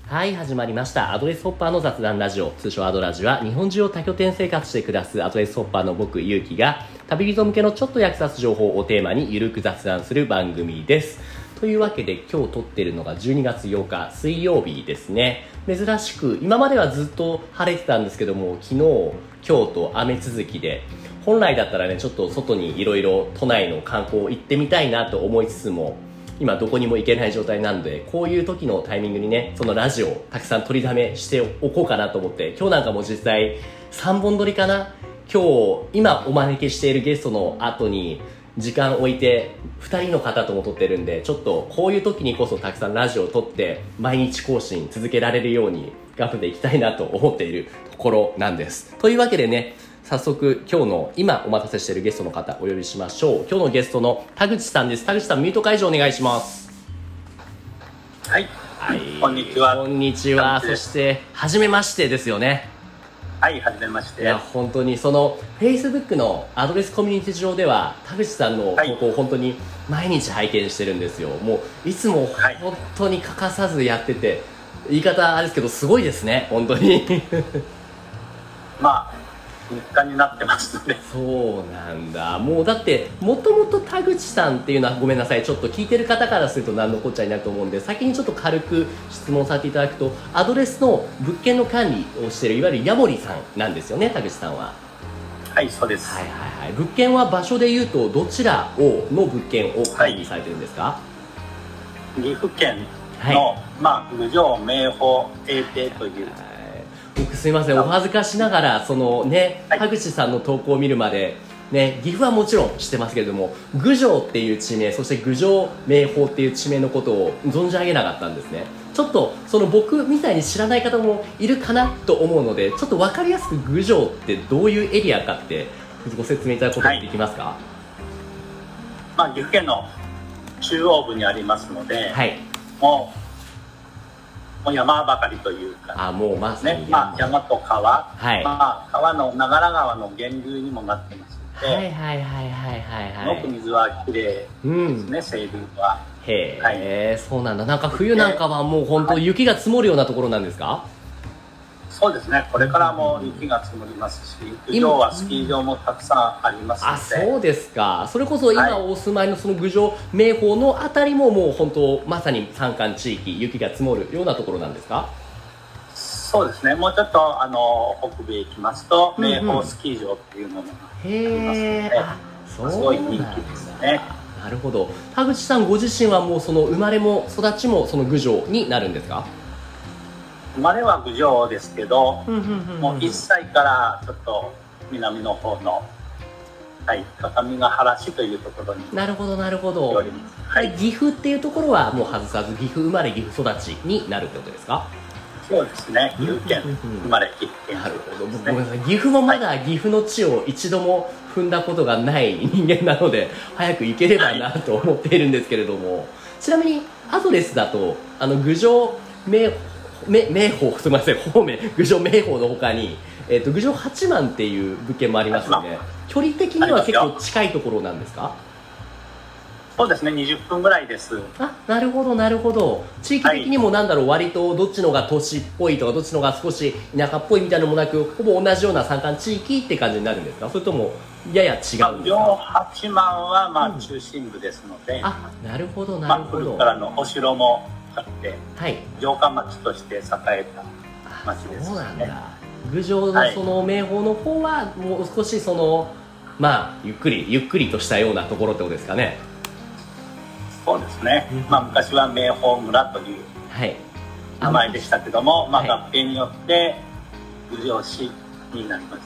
はい、始まりました。アドレスホッパーの雑談ラジオ、通称アドラジは、日本中を多拠点生活して暮らすアドレスホッパーの僕、ゆうきが、旅人向けのちょっと役立つ情報をテーマにゆるく雑談する番組です。というわけで、今日撮ってるのが12月8日、水曜日ですね。珍しく、今まではずっと晴れてたんですけども、昨日、今日と雨続きで、本来だったらね、ちょっと外にいろいろ都内の観光行ってみたいなと思いつつも、今どこにも行けない状態なんで、こういう時のタイミングにね、そのラジオをたくさん取りだめしておこうかなと思って、今日なんかも実際3本撮りかな。今日、今お招きしているゲストの後に時間置いて2人の方とも撮ってるんで、ちょっとこういう時にこそたくさんラジオを撮って毎日更新続けられるように頑張っていきたいなと思っているところなんです。というわけでね、早速今日の今お待たせしているゲストの方お呼びしましょう。今日のゲストの田口さんです。田口さん、ミュート解除お願いします。 はい、こんにちは。 こんにちは。そして初めましてですよね。 はい、初めまして。 いや本当にその Facebook のアドレスコミュニティ上では田口さんの投稿を本当に毎日拝見してるんですよ。もういつも本当に欠かさずやってて、言い方あれですけどすごいですね、本当に。 まあ日課になってますので。 そうなんだ。もうだってもともと田口さんっていうのは、ごめんなさい、ちょっと聞いてる方からすると何のこっちゃになると思うんで、先にちょっと軽く質問させていただくと、アドレスの物件の管理をしているいわゆるヤモリさんなんですよね、田口さんは。 はい、そうです。 はいはいはい。物件は場所でいうとどちらの物件を管理されてるんですか？ 岐阜県の、郡上名宝永定という、 僕すいません、お恥ずかしながらそのね、田口さんの投稿を見るまでね、岐阜はもちろん知ってますけれども、郡上っていう地名、そして郡上名宝っていう地名のことを存じ上げなかったんですね。ちょっとその僕みたいに知らない方もいるかなと思うので、ちょっと分かりやすく郡上ってどういうエリアかってご説明いただくことってできますか？ 岐阜県の中央部にありますので、もう山ばかりというか、 もうまさに山と川、川の長良川の源流にもなってますので、すごく水はきれいですね、清流は。 へえ、そうなんだ。なんか冬なんかはもう本当雪が積もるようなところなんですか？ そうですね、これからも雪が積もりますし、郡上はスキー場もたくさんありますので。 そうですか。それこそ今お住まいのその郡上名宝のあたりももう本当まさに山間地域、雪が積もるようなところなんですか？ そうですね、もうちょっと北部へ行きますと、名宝スキー場っていうものがありますので、すごい人気ですね。 なるほど。田口さんご自身はもうその生まれも育ちもその郡上になるんですか？ 生まれは郡上ですけど、もう1歳からちょっと南の方の、各務原市というところに。 なるほどなるほど。岐阜っていうところはもう外さず、岐阜生まれ岐阜育ちになるってことですか？ そうですね、岐阜県生まれ岐阜県。 なるほど。ごめんなさい、岐阜もまだ岐阜の地を一度も踏んだことがない人間なので、早く行ければなと思っているんですけれども、ちなみにアドレスだと郡上名宝、すみません、方面郡上名宝の他に郡上八幡っていう物件もありますよね。距離的には結構近いところなんですか？ そうですね、20分ぐらいです。 なるほどなるほど。地域的にも割とどっちのが都市っぽいとか、どっちのが少し田舎っぽいみたいなのもなく、ほぼ同じような山間地域って感じになるんですか？それともやや違うんですか？ 郡上八幡は中心部ですので、 なるほどなるほど。 古くからのお城もあって、城下町として栄えた町ですね。 そうなんだ。郡上のその名宝の方はもう少しそのゆっくりとしたようなところってことですかね。 そうですね、昔は名宝村という名前でしたけども、合併によって郡上市になりました。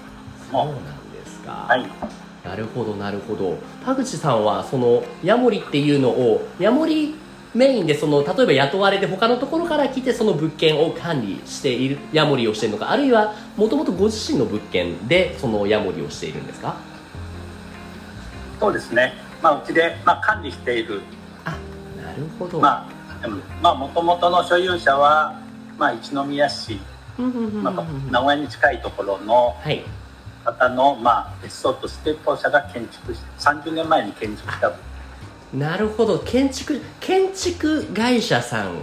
そうなんですか。なるほどなるほど。田口さんはそのヤモリっていうのをヤモリメインで、その例えば雇われて他のところから来てその物件を管理しているヤモリをしているのか、あるいはもともとご自身の物件でそのヤモリをしているんですか？ そうですね、うちで管理している。 なるほど。 もともとの所有者は、一宮市、名古屋に近いところの方の、別荘として当社が建築し、30年前に建築した。 なるほど。建築会社さん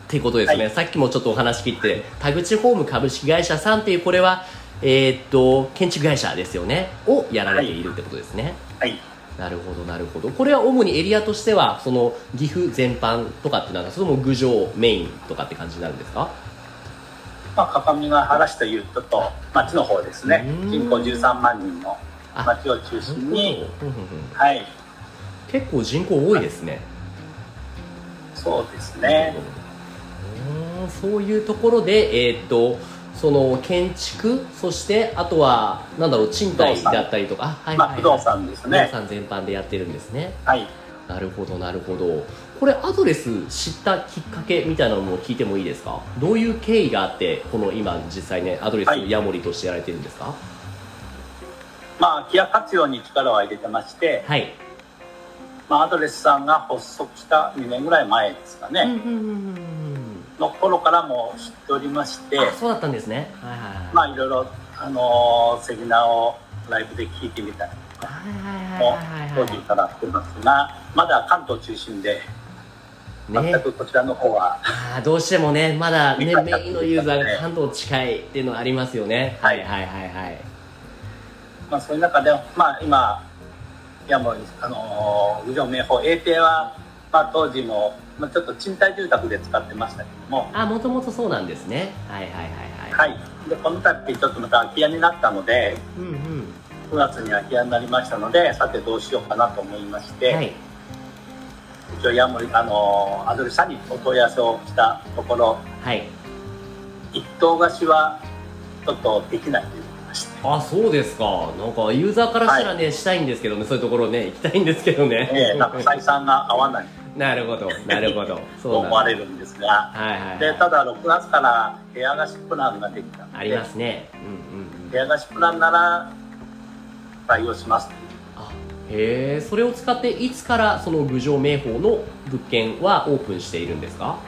っていうことですね、はい、さっきもちょっとお話聞いて、田口ホーム株式会社さんっていう、これは建築会社ですよねをやられているってことですね。 はい、はい、 なるほどなるほど。これは主にエリアとしてはその岐阜全般とかってなんか、それとも郡上メインとかって感じになるんですか？ まあ、各務原市というちょっと町の方ですね。人口13万人の町を中心に、はい、 結構人口多いですね。 そうですね。 そういうところでその建築、そしてあとはなんだろう、賃貸だったりとか、 不動産ですね。 不動産全般でやってるんですね。 はい。 なるほどなるほど。これアドレス知ったきっかけみたいなのも聞いてもいいですか？どういう経緯があってこの今実際ねアドレスヤモリとしてやられてるんですか？はい、 まあ空き家活用に力を入れてまして、はい、まあ、アドレスさんが発足した2年ぐらい前ですかね、の頃からも知っておりまして。 そうだったんですね。はいはいはい。 まあいろいろセミナーをライブで聞いてみたりとかも当時からやってますが、まだ関東中心で全くこちらの方は、 ね、どうしてもねまだねメインのユーザーが関東近いっていうのはありますよね。はいはいはいはい。 まあそういう中で、まあ今いやもう郡上名宝永定は、まあ、当時も、まあ、ちょっと賃貸住宅で使ってましたけども。 もともとそうなんですね。はいはいはいはい。はい。でこの度ちょっとまた空き家になったので、9月に空き家になりましたので、さてどうしようかなと思いまして、はい、一応アドレスさんにお問い合わせをしたところ、はい、一棟貸しはちょっとできないという。 そうですか。なんかユーザーからしたらね、はい、したいんですけどね、そういうところね行きたいんですけどね、 なんか採算が合わないなるほどなるほどそう思われるんですが、でただ6月から部屋貸しプランができたので、 ありますね、 部屋貸しプランなら対応します。 へえ。それを使っていつからその郡上名宝の物件はオープンしているんですか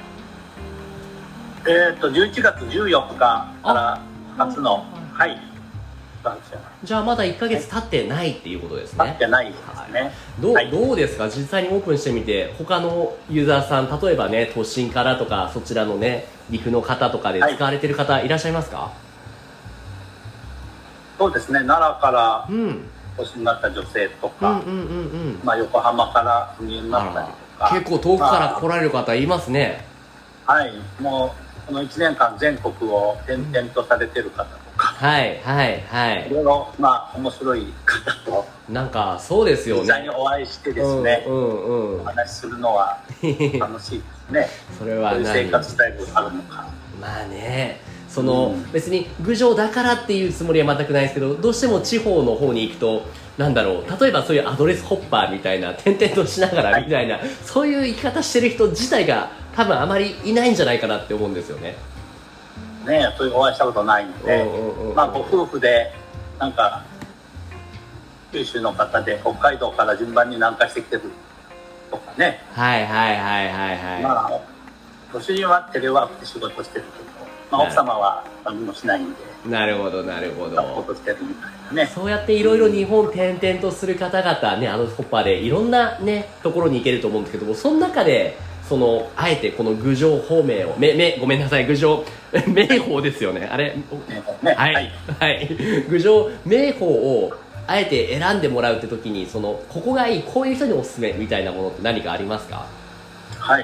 ？11月14日から初の、はい、 じゃあまだ1ヶ月経ってないっていうことですね。 経ってないですね。 どうですか、実際にオープンしてみて、他のユーザーさん、例えばね都心からとかそちらのね岐阜の方とかで使われてる方いらっしゃいますか？はい、 そうですね、奈良から都心になった女性とか、横浜から不妊になったりとか、 結構遠くから来られる方いますね。 はい、もうこの1年間全国を転々とされてる方とか、 はいはいはい、 いろいろ面白い方となんかそうですよね、実際にお会いしてですね、お話しするのは楽しいですねそれはどういう生活スタイルがあるのか。 まあね、別に郡上だからっていうつもりは全くないですけど、どうしても地方の方に行くとなんだろう、例えばそういうアドレスホッパーみたいな転々としながらみたいな、そういう生き方してる人自体が多分あまりいないんじゃないかなって思うんですよね。 そういうお会いしたことないんで、ご夫婦でなんか九州の方で北海道から順番に南下してきてるとかね。はいはいはいはいはい。ご主人はテレワークで仕事してるけど、奥様は何もしないんで。 なるほどなるほど。 サポートしてるみたいなね。 そうやっていろいろ日本転々とする方々ね、ホッパーでいろんなねところに行けると思うんですけども、その中であえてこの郡上方面をごめんなさい、郡上名宝ですよね、あれ、はいはい郡上名宝をあえて選んでもらうって時に、ここがいい、こういう人におすすめみたいなものって何かありますか？ はい、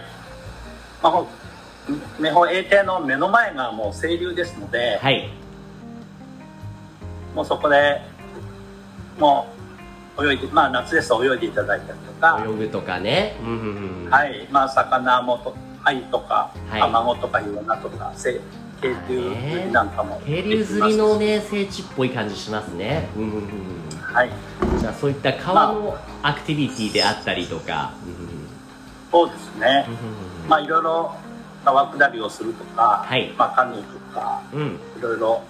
名宝永定の目の前がもう清流ですので、はい、もうそこでもう泳いで、夏ですと泳いでいただいたりとか、 泳ぐとかね、 はい、魚も鮎とか卵とかイワナとか渓流釣りなんかも渓流釣りのね聖地っぽい感じしますね。はい、じゃあそういった川のアクティビティであったりとか、 そうですね、いろいろ川下りをするとか、カヌーとか、いろいろ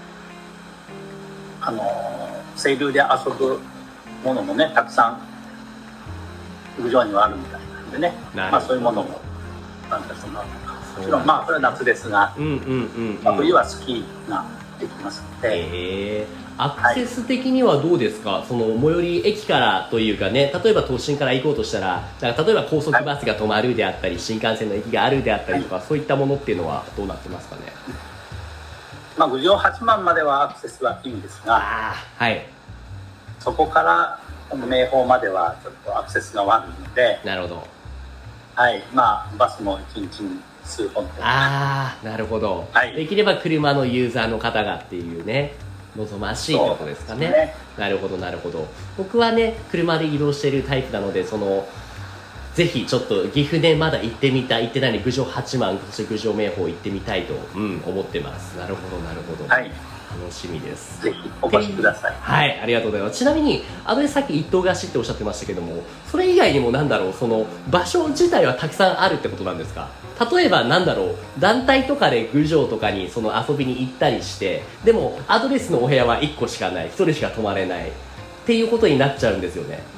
清流で遊ぶものもねたくさん郡上にはあるみたいなんでね、そういうものも参加してもらうとか、もちろんこれは夏ですが、冬はスキーができますので、 アクセス的にはどうですか、その最寄り駅からというかね、例えば都心から行こうとしたら、だから例えば高速バスが止まるであったり、新幹線の駅があるであったりとか、そういったものっていうのはどうなってますかね。 郡上八幡まではアクセスはいいんですが、 はい、 そこから名宝まではちょっとアクセスが悪いので、 なるほど、 はい、バスも1日に数本とか、なるほど、 はい、 できれば車のユーザーの方がっていうね、望ましいってことですかね。なるほどなるほど。僕はね車で移動しているタイプなので、ぜひちょっと岐阜でまだ行ってみたい、行ってないので郡上八幡、そして郡上名宝行ってみたいと、思ってます。なるほどなるほど、はい、楽しみです。 ぜひお越しください。 はい、ありがとうございます。ちなみにさっき一棟貸しっておっしゃってましたけども、それ以外にも場所自体はたくさんあるってことなんですか。例えば団体とかで郡上とかに遊びに行ったりして、でもアドレスのお部屋は1個しかない、1人しか泊まれないっていうことになっちゃうんですよね。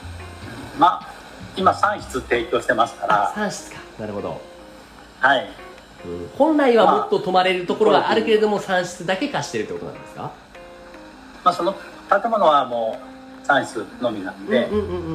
今3室提供してますから。 3室か、なるほど。 はい、 本来はもっと泊まれるところがあるけれども、3室だけ貸してるってことなんですか。 その建物はもう3室のみなんで、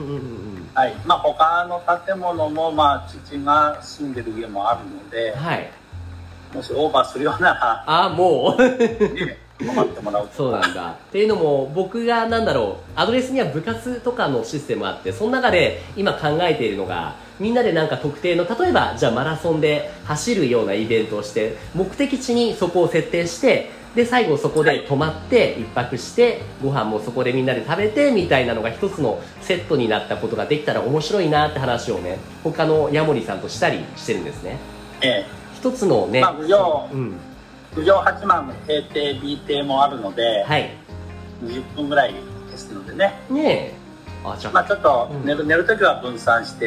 他の建物も父が住んでる家もあるので、はい、もしオーバーするようならもう泊まってもらうとか。 そうなんだ。っていうのも、僕がアドレスには部活とかのシステムあって、その中で今考えているのが、みんなで特定の、例えばじゃあマラソンで走るようなイベントをして、目的地にそこを設定して、で最後そこで泊まって一泊して、ご飯もそこでみんなで食べてみたいなのが一つのセットになったことができたら面白いなって話をね、他のヤモリさんとしたりしてるんですね。一つのね、 郡上八幡の A 邸 B 邸もあるので、はい、20分ぐらいですのでね。ちょっと寝るときは分散して、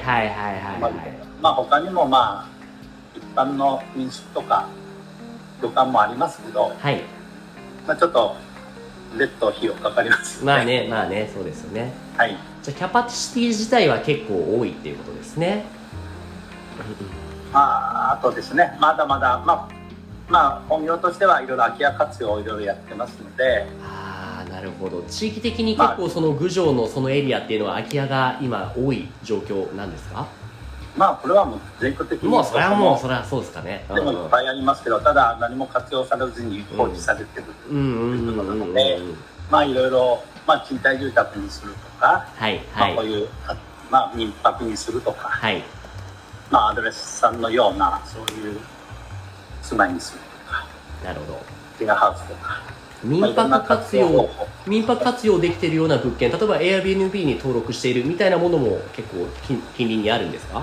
他にも一般の民宿とか旅館もありますけど、はい、ちょっと別途費用かかりますよね。 まあね、そうですよね。 はい、 じゃあキャパシティ自体は結構多いっていうことですね。 あとですね、まだまだ本業としてはいろいろ空き家活用をいろいろやってますので。 なるほど。地域的に結構郡上のそのエリアっていうのは空き家が今多い状況なんですか。 これはもう全国的にそれはそうですかね。 でもいっぱいありますけど、ただ何も活用されずに放置されてるということなので、いろいろ賃貸住宅にするとか、こういう民泊にするとか、アドレスさんのようなそういう住まいにするとか、 なるほど、 シェアハウスとか。 民泊活用できているような物件、例えば Airbnb に登録しているみたいなものも結構近隣にあるんですか。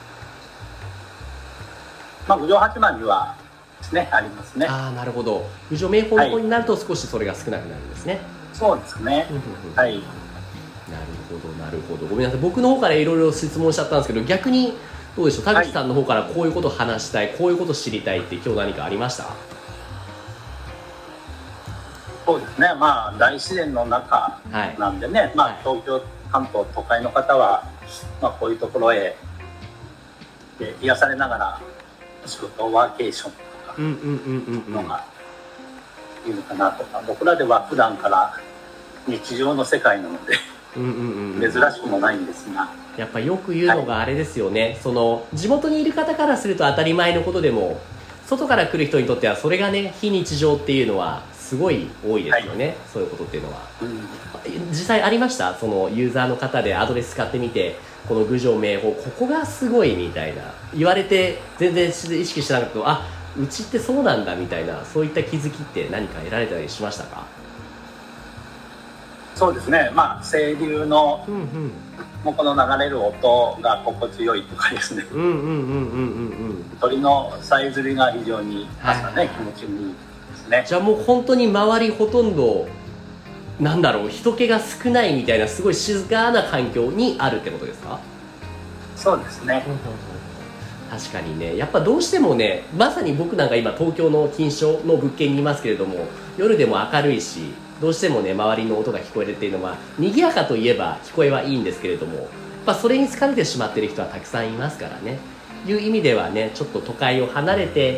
郡上八幡にはですね、ありますね。 なるほど。郡上名宝の方になると少しそれが少なくなるんですね。 そうですね。はい。 なるほどなるほど。ごめんなさい、僕の方からいろいろ質問しちゃったんですけど、逆にどうでしょう、田口さんの方からこういうことを話したい、こういうことを知りたいって今日何かありました？ そうですね、大自然の中なんでね、東京、関東、都会の方は、こういうところへ癒されながら仕事、ワーケーションとかのがいいのかなとか、僕らでは普段から日常の世界なので珍しくもないんですが、 やっぱよく言うのがあれですよね、地元にいる方からすると当たり前のことでも、外から来る人にとってはそれがね、非日常っていうのはすごい多いですよね、そういうことっていうのは。実際ありました？ユーザーの方でアドレス使ってみて、この郡上名宝ここがすごいみたいな言われて、全然意識してなかったと、うちってそうなんだみたいな、そういった気づきって何か得られたりしましたか？ そうですね、清流のこの流れる音が心地よいとかですね、鳥のさえずりが非常に朝ね、気持ちいいですね。 じゃあもう本当に周りほとんど人気が少ないみたいな、すごい静かな環境にあるってことですか？ そうですね。 確かにね、やっぱどうしてもね、まさに僕なんか今東京の錦糸町の物件にいますけれども、夜でも明るいし、どうしてもね周りの音が聞こえるっていうのは、賑やかといえば聞こえはいいんですけれども、それに疲れてしまっている人はたくさんいますからね。いう意味ではね、ちょっと都会を離れて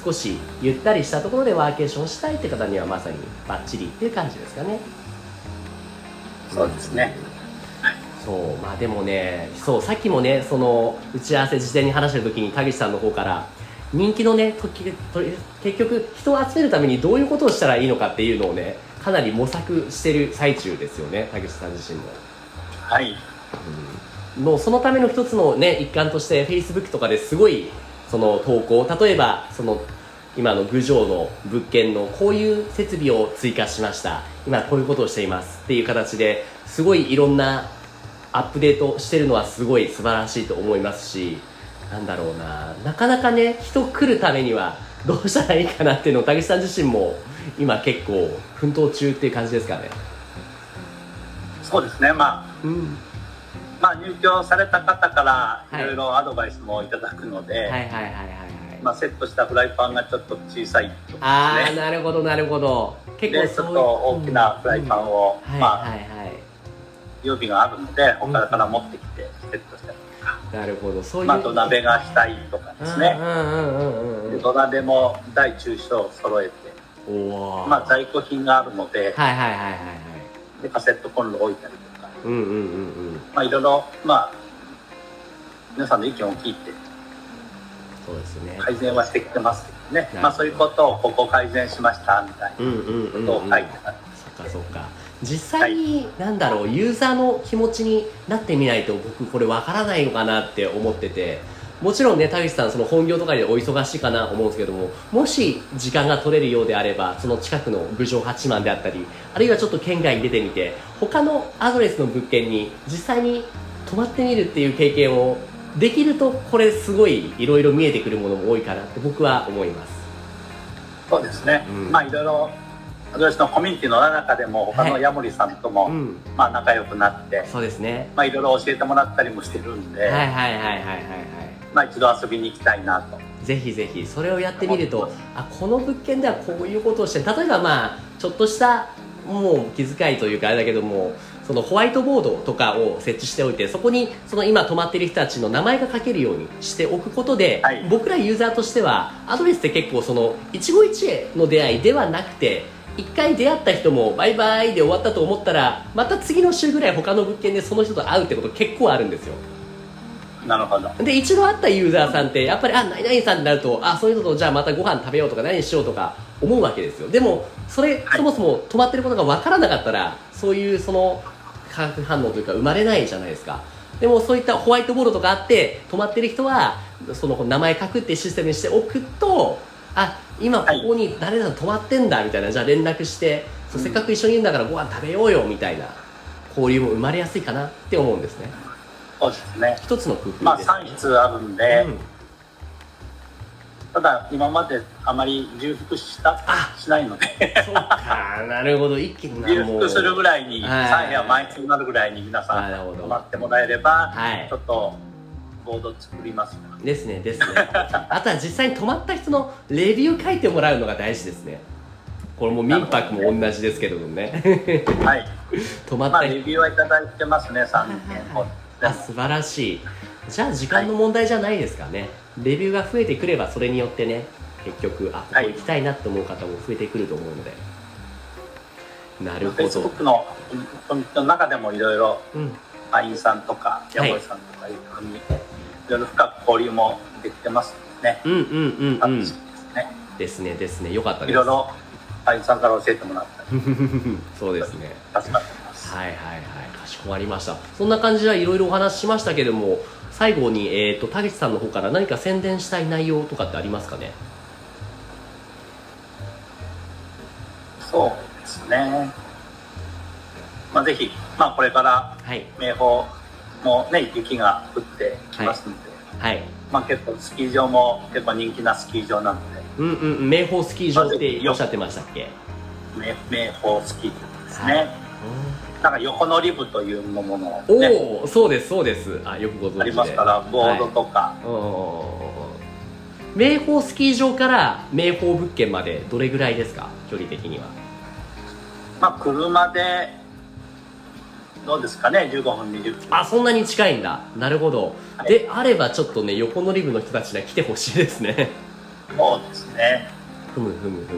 少しゆったりしたところでワーケーションしたいって方にはまさにバッチリっていう感じですかね。 そうですね。 そうまあでもね、そうさっきもね、その打ち合わせ事前に話してる時に田口さんの方から人気のね結局人を集めるためにどういうことをしたらいいのかっていうのをね、かなり模索してる最中ですよね、田口さん自身も。 はい、 のそのための一つのね一環として Facebook とかですごいその投稿、例えばその今の郡上の物件のこういう設備を追加しました、今こういうことをしていますっていう形ですごいいろんなアップデートしてるのはすごい素晴らしいと思いますし、なんだろうな、なかなかね人来るためにはどうしたらいいかなっていうのを田口さん自身も今結構奮闘中っていう感じですかね。 そうですね、まあ入居された方からいろいろアドバイスもいただくので、セットしたフライパンがちょっと小さいとかですね。 ああ、なるほどなるほど。結構ちょっと大きなフライパンを予備があるので他から持ってきてセットしたりとか、 なるほど、そういう土鍋がしたいとかですね。土鍋も大中小揃えて、在庫品があるので、でカセットコンロ置いたりとか、いろいろ皆さんの意見を聞いてそうですね、 改善はしてきてますけどね。そういうことをここ改善しましたみたいなことを書いてたり。 そうか実際になんだろう、ユーザーの気持ちになってみないと僕これわからないのかなって思ってて、もちろんね田口さんその本業とかでお忙しいかなと思うんですけども、もし時間が取れるようであればその近くの郡上八幡であったり、あるいはちょっと県外に出てみて他のアドレスの物件に実際に泊まってみるっていう経験をできると、これすごいいろいろ見えてくるものも多いかなって僕は思います。 そうですね、いろいろアドレスのコミュニティの中でも他のヤモリさんとも仲良くなって、 そうですね、 いろいろ教えてもらったりもしてるんで、一度遊びに行きたいなと。 ぜひぜひそれをやってみると、この物件ではこういうことをして、例えばちょっとしたもう気遣いというかあれだけども、そのホワイトボードとかを設置しておいて、そこにその今泊まっている人たちの名前が書けるようにしておくことで、僕らユーザーとしてはアドレスって結構その一期一会の出会いではなくて、一回出会った人もバイバイで終わったと思ったらまた次の週ぐらい他の物件でその人と会うってこと結構あるんですよ。 なるほど。 で一度会ったユーザーさんってやっぱり何々さんになると、そういうのとじゃあまたご飯食べようとか何しようとか思うわけですよ。でもそれ、そもそも泊まってることが分からなかったらそういうその化学反応というか生まれないじゃないですか。でもそういったホワイトボードとかあって泊まってる人はその名前書くってシステムにしておくと、今ここに誰々泊まってんだみたいな、じゃあ連絡して、せっかく一緒にいるんだからご飯食べようよみたいな交流も生まれやすいかなって思うんですね。 そうですね、一つの工夫ですね。 3室あるんで、ただ今まであまり重複しないのでそうか、なるほど、一気に重複するぐらいに、3部屋満室になるぐらいに皆さん泊まってもらえれば、ちょっとボード作りますですねあとは実際に泊まった人のレビュー書いてもらうのが大事ですね。これも民泊も同じですけれどもね泊まったレビューはいただいてますね、3件。 素晴らしい。じゃあ時間の問題じゃないですかね。レビューが増えてくればそれによってね、結局ここ行きたいなって思う方も増えてくると思うので、なるほど。 Facebook のコミュニティの中でもいろいろ会員さんとかヤモリさんとかいうふうにいろいろ深く交流もできてますね。 ですね、よかったです。 いろいろ会員さんから教えてもらったりそうですね、 助かってます。 かしこまりました。そんな感じでいろいろお話ししましたけども、最後に田口さんの方から何か宣伝したい内容とかってありますかね。 そうですね、ぜひ、これから名峰もね雪が降ってきますので、結構スキー場も結構人気なスキー場なので、 名峰スキー場っておっしゃってましたっけ。 名峰スキー場ですね、なんか横乗り部というものを、 そうですよくご存知でありますから、ボードとか、 名峰スキー場から名峰物件までどれぐらいですか、距離的には。 車でどうですかね、15分20分。 そんなに近いんだ。なるほど、であればちょっとね横乗り部の人たちには来てほしいですねそうですね。 ふむ。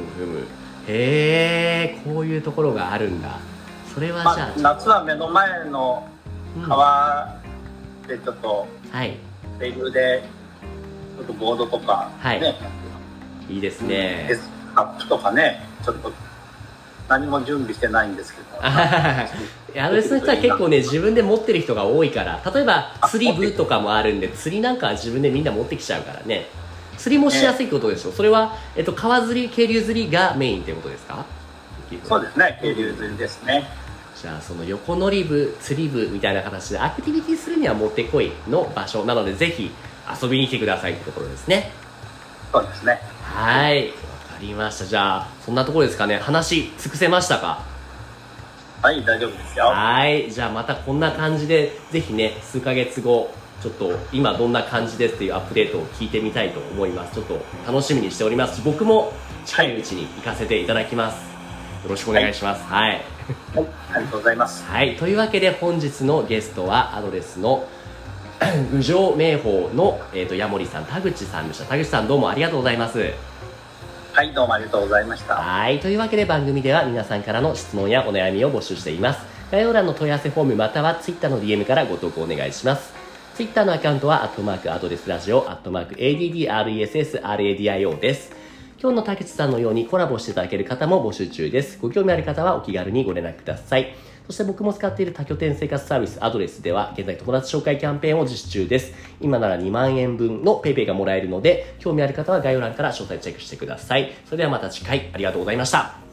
へえ、こういうところがあるんだ。それはじゃあ、 夏は目の前の川でちょっと、レールでちょっとボードとかね、 いいですね。 カップとかね、ちょっと何も準備してないんですけど。 そういう人は結構ね、自分で持ってる人が多いから、例えば釣り部とかもあるんで、釣りなんかは自分でみんな持ってきちゃうからね。釣りもしやすいことでしょ。それは、川釣り、渓流釣りがメインってことですか？ そうですね、渓流釣りですね。 じゃあその横乗り部、釣り部みたいな形でアクティビティするにはもってこいの場所なので、ぜひ遊びに来てくださいってところですね。 そうですね。 はい、わかりました。じゃあそんなところですかね。話尽くせましたか？ はい、大丈夫ですよ。 はい、じゃあまたこんな感じでぜひね、数ヶ月後ちょっと今どんな感じですっていうアップデートを聞いてみたいと思います。ちょっと楽しみにしておりますし、僕も近いうちに行かせていただきます。よろしくお願いします。はい、 はい、ありがとうございます。 はい、というわけで本日のゲストはアドレスの郡上名宝の、矢守さん、田口さんでした。田口さん、どうもありがとうございます。 はい、どうもありがとうございました。 はい、というわけで番組では皆さんからの質問やお悩みを募集しています。概要欄の問い合わせフォームまたは Twitter の DM からご投稿お願いします。Twitter のアカウントはアドレスラジオ@ADDRESSRADIO です。今日の田口さんのようにコラボしていただける方も募集中です。ご興味ある方はお気軽にご連絡ください。そして僕も使っている多拠点生活サービスアドレスでは現在友達紹介キャンペーンを実施中です。今なら2万円分の PayPay がもらえるので、興味ある方は概要欄から詳細チェックしてください。それではまた次回ありがとうございました。